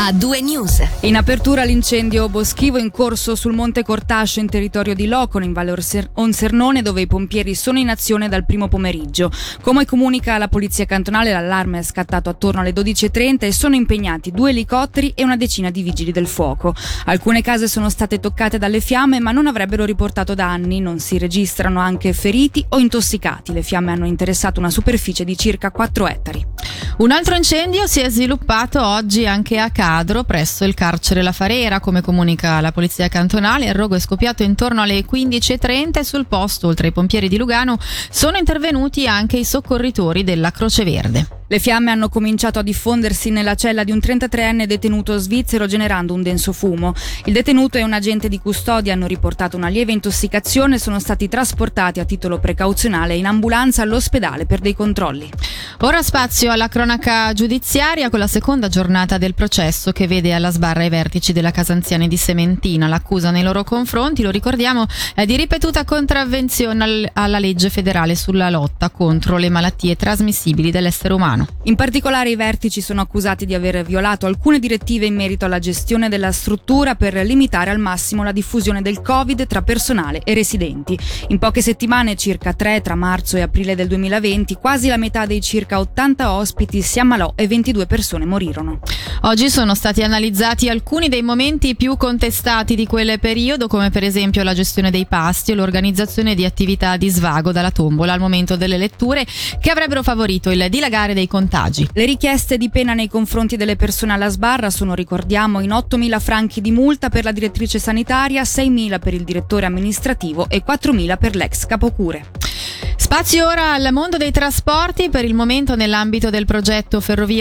A2 News. In apertura l'incendio boschivo in corso sul Monte Cortascio in territorio di Locone, in Valle Onsernone, dove i pompieri sono in azione dal primo pomeriggio. Come comunica la polizia cantonale, l'allarme è scattato attorno alle 12:30 e sono impegnati 2 elicotteri e una decina di vigili del fuoco. Alcune case sono state toccate dalle fiamme, ma non avrebbero riportato danni. Non si registrano anche feriti o intossicati. Le fiamme hanno interessato una superficie di circa 4 ettari. Un altro incendio si è sviluppato oggi anche a Cadro, presso il carcere La Farera. Come comunica la polizia cantonale, il rogo è scoppiato intorno alle 15:30 e sul posto, oltre ai pompieri di Lugano, sono intervenuti anche i soccorritori della Croce Verde. Le fiamme hanno cominciato a diffondersi nella cella di un 33enne detenuto svizzero, generando un denso fumo. Il detenuto e un agente di custodia hanno riportato una lieve intossicazione e sono stati trasportati a titolo precauzionale in ambulanza all'ospedale per dei controlli. Ora spazio alla cronaca giudiziaria con la seconda giornata del processo che vede alla sbarra i vertici della Casanziani di Sementina. L'accusa nei loro confronti, lo ricordiamo, è di ripetuta contravvenzione alla legge federale sulla lotta contro le malattie trasmissibili dell'essere umano. In particolare i vertici sono accusati di aver violato alcune direttive in merito alla gestione della struttura per limitare al massimo la diffusione del Covid tra personale e residenti. In poche settimane, circa 3 tra marzo e aprile del 2020, quasi la metà dei circa 80 ospiti si ammalò e 22 persone morirono. Oggi sono stati analizzati alcuni dei momenti più contestati di quel periodo, come per esempio la gestione dei pasti o l'organizzazione di attività di svago dalla tombola al momento delle letture, che avrebbero favorito il dilagare dei contagi. Le richieste di pena nei confronti delle persone alla sbarra sono, ricordiamo, in 8.000 franchi di multa per la direttrice sanitaria, 6.000 per il direttore amministrativo e 4.000 per l'ex capocure. Spazio ora al mondo dei trasporti. Per il momento, nell'ambito del progetto Ferrovia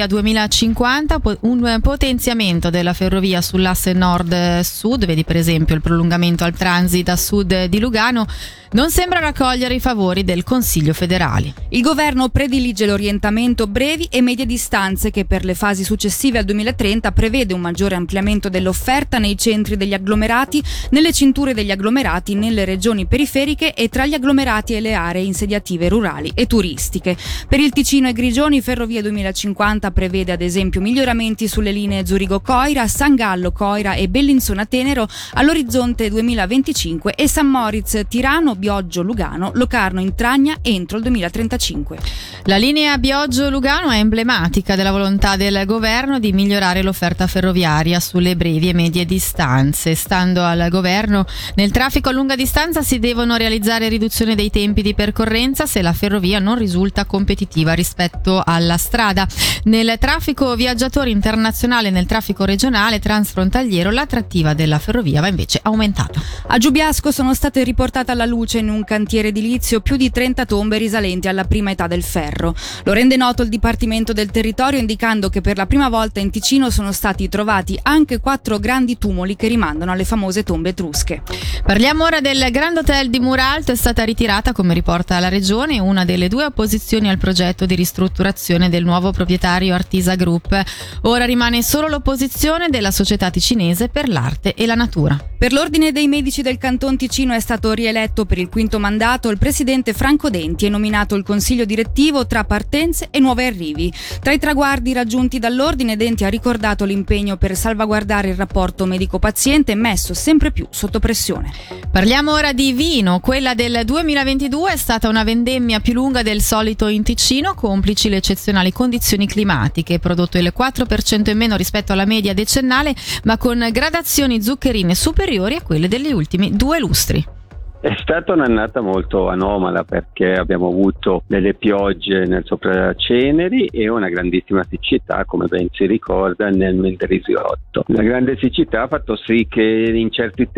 2050, un potenziamento della ferrovia sull'asse nord-sud, vedi per esempio il prolungamento al transit a sud di Lugano, non sembra raccogliere i favori del Consiglio federale. Il governo predilige l'orientamento brevi e medie distanze, che per le fasi successive al 2030 prevede un maggiore ampliamento dell'offerta nei centri degli agglomerati, nelle cinture degli agglomerati, nelle regioni periferiche e tra gli agglomerati e le aree insediative rurali e turistiche. Per il Ticino e Grigioni, Ferrovia 2050 prevede ad esempio miglioramenti sulle linee Zurigo-Coira, San Gallo-Coira e Bellinzona-Tenero all'orizzonte 2025 e San Moritz-Tirano, Bioggio-Lugano, Locarno-Intragna entro il 2035. La linea Bioggio-Lugano è emblematica della volontà del governo di migliorare l'offerta ferroviaria sulle brevi e medie distanze. Stando al governo, nel traffico a lunga distanza si devono realizzare riduzione dei tempi di percorrenza se la ferrovia non risulta competitiva rispetto alla strada. Nel traffico viaggiatori internazionale e nel traffico regionale transfrontaliero l'attrattiva della ferrovia va invece aumentata. A Giubiasco sono state riportate alla luce in un cantiere edilizio più di 30 tombe risalenti alla prima età del ferro. Lo rende noto il Dipartimento del Territorio, indicando che per la prima volta in Ticino sono stati trovati anche 4 grandi tumuli che rimandano alle famose tombe etrusche. Parliamo ora del Grand Hotel di Muralto. È stata ritirata, come riporta la Regione, una delle 2 opposizioni al progetto di ristrutturazione del nuovo proprietario Artisa Group. Ora rimane solo l'opposizione della Società Ticinese per l'Arte e la Natura. Per l'Ordine dei Medici del Canton Ticino è stato rieletto per il 5º mandato il presidente Franco Denti e nominato il consiglio direttivo tra partenze e nuovi arrivi. Tra i traguardi raggiunti dall'Ordine, Denti ha ricordato l'impegno per salvaguardare il rapporto medico-paziente messo sempre più sotto pressione. Parliamo ora di vino. Quella del 2022 è stata una vendemmia più lunga del solito in Ticino, complici le eccezionali condizioni climatiche, prodotto il 4% in meno rispetto alla media decennale, ma con gradazioni zuccherine superiori a quelle degli ultimi 2 lustri. È stata un'annata molto anomala perché abbiamo avuto delle piogge nel Sopraceneri e una grandissima siccità, come ben si ricorda, nel Mendrisiotto. La grande siccità ha fatto sì che in certi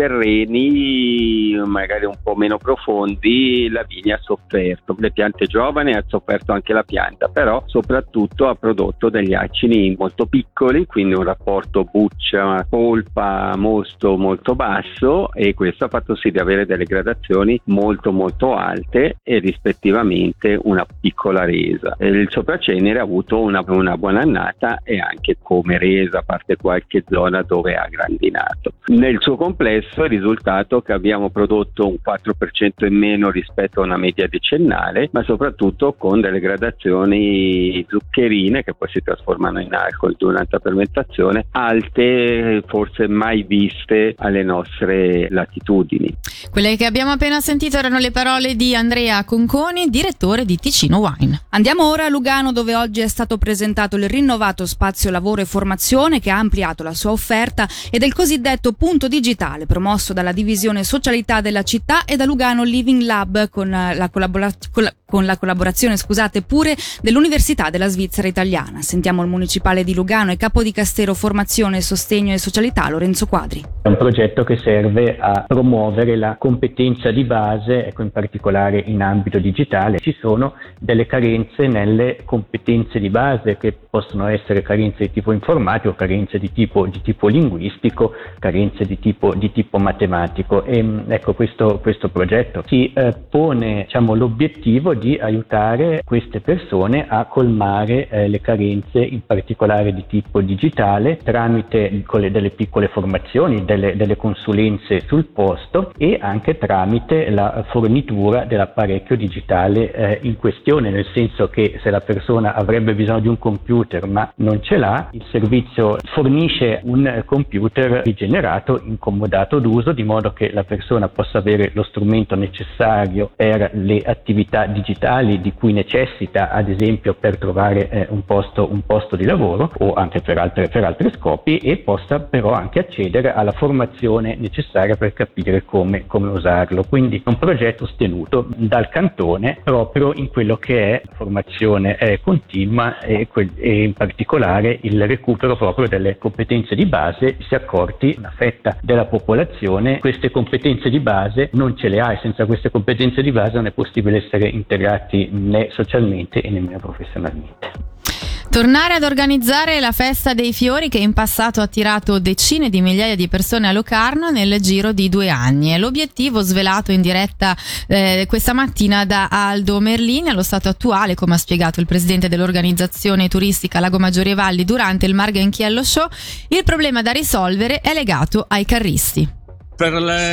terreni, magari un po' meno profondi, la vigna ha sofferto. Le piante giovani ha sofferto anche la pianta, però soprattutto ha prodotto degli acini molto piccoli, quindi un rapporto buccia-polpa-mosto molto basso, e questo ha fatto sì di avere delle gradazioni prestazioni molto molto alte e rispettivamente una piccola resa. Il Sopracenere ha avuto una buona annata e anche come resa, a parte qualche zona dove ha grandinato. Nel suo complesso il risultato è che abbiamo prodotto un 4% in meno rispetto a una media decennale, ma soprattutto con delle gradazioni zuccherine che poi si trasformano in alcol durante la fermentazione, alte forse mai viste alle nostre latitudini. Quelle che abbiamo appena sentito erano le parole di Andrea Conconi, direttore di Ticino Wine. Andiamo ora a Lugano, dove oggi è stato presentato il rinnovato spazio lavoro e formazione che ha ampliato la sua offerta ed è il cosiddetto punto digitale promosso dalla divisione socialità della città e da Lugano Living Lab con la collaborazione pure dell'Università della Svizzera Italiana. Sentiamo il municipale di Lugano e capo di Castero Formazione, Sostegno e Socialità Lorenzo Quadri. È un progetto che serve a promuovere la competenza di base, in particolare in ambito digitale. Ci sono delle carenze nelle competenze di base che possono essere carenze di tipo informatico, carenze di tipo linguistico, carenze di tipo matematico e questo progetto si pone l'obiettivo di aiutare queste persone a colmare le carenze in particolare di tipo digitale tramite delle piccole formazioni, delle consulenze sul posto e anche tramite la fornitura dell'apparecchio digitale in questione, nel senso che se la persona avrebbe bisogno di un computer ma non ce l'ha, il servizio fornisce un computer rigenerato, incomodato d'uso, di modo che la persona possa avere lo strumento necessario per le attività digitali di cui necessita, ad esempio per trovare un posto di lavoro o anche per altri scopi, e possa però anche accedere alla formazione necessaria per capire come usarlo. Quindi è un progetto sostenuto dal cantone proprio in quello che è formazione continua e in particolare il recupero proprio delle competenze di base. Si è accorti una fetta della popolazione queste competenze di base non ce le ha, e senza queste competenze di base non è possibile essere integrati né socialmente e nemmeno professionalmente. Tornare ad organizzare la festa dei fiori che in passato ha attirato decine di migliaia di persone a Locarno nel giro di 2 anni. È l'obiettivo svelato in diretta questa mattina da Aldo Merlini. Allo stato attuale, come ha spiegato il presidente dell'organizzazione turistica Lago Maggiore Valli durante il Marghenchiello Show, il problema da risolvere è legato ai carristi. Per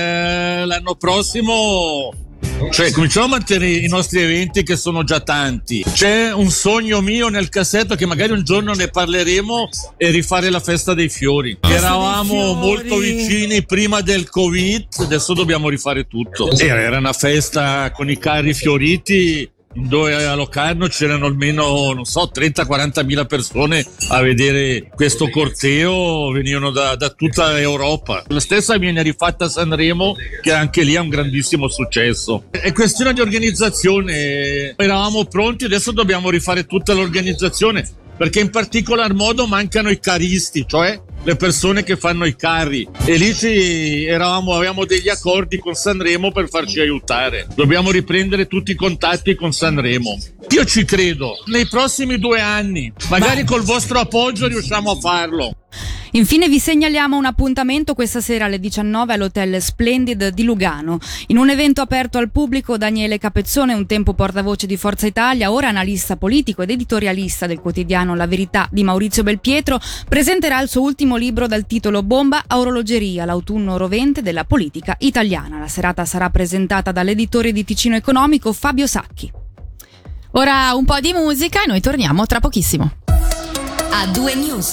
l'anno prossimo cominciamo a mantenere i nostri eventi che sono già tanti. C'è un sogno mio nel cassetto che magari un giorno ne parleremo, e rifare la festa dei fiori. Eravamo molto vicini prima del Covid, adesso dobbiamo rifare tutto. Era una festa con i carri fioriti dove a Locarno c'erano almeno 30-40 mila persone a vedere questo corteo, venivano da tutta Europa. La stessa viene rifatta a Sanremo, che anche lì ha un grandissimo successo. È questione di organizzazione, eravamo pronti, adesso dobbiamo rifare tutta l'organizzazione, perché in particolar modo mancano i caristi, cioè le persone che fanno i carri, e lì avevamo degli accordi con Sanremo per farci aiutare. Dobbiamo riprendere tutti i contatti con Sanremo. Io ci credo, nei prossimi 2 anni, magari col vostro appoggio riusciamo a farlo. Infine vi segnaliamo un appuntamento questa sera alle 19 all'Hotel Splendid di Lugano. In un evento aperto al pubblico, Daniele Capezzone, un tempo portavoce di Forza Italia, ora analista politico ed editorialista del quotidiano La Verità di Maurizio Belpietro, presenterà il suo ultimo libro dal titolo Bomba a orologeria, l'autunno rovente della politica italiana. La serata sarà presentata dall'editore di Ticino Economico Fabio Sacchi. Ora un po' di musica e noi torniamo tra pochissimo. A2 News.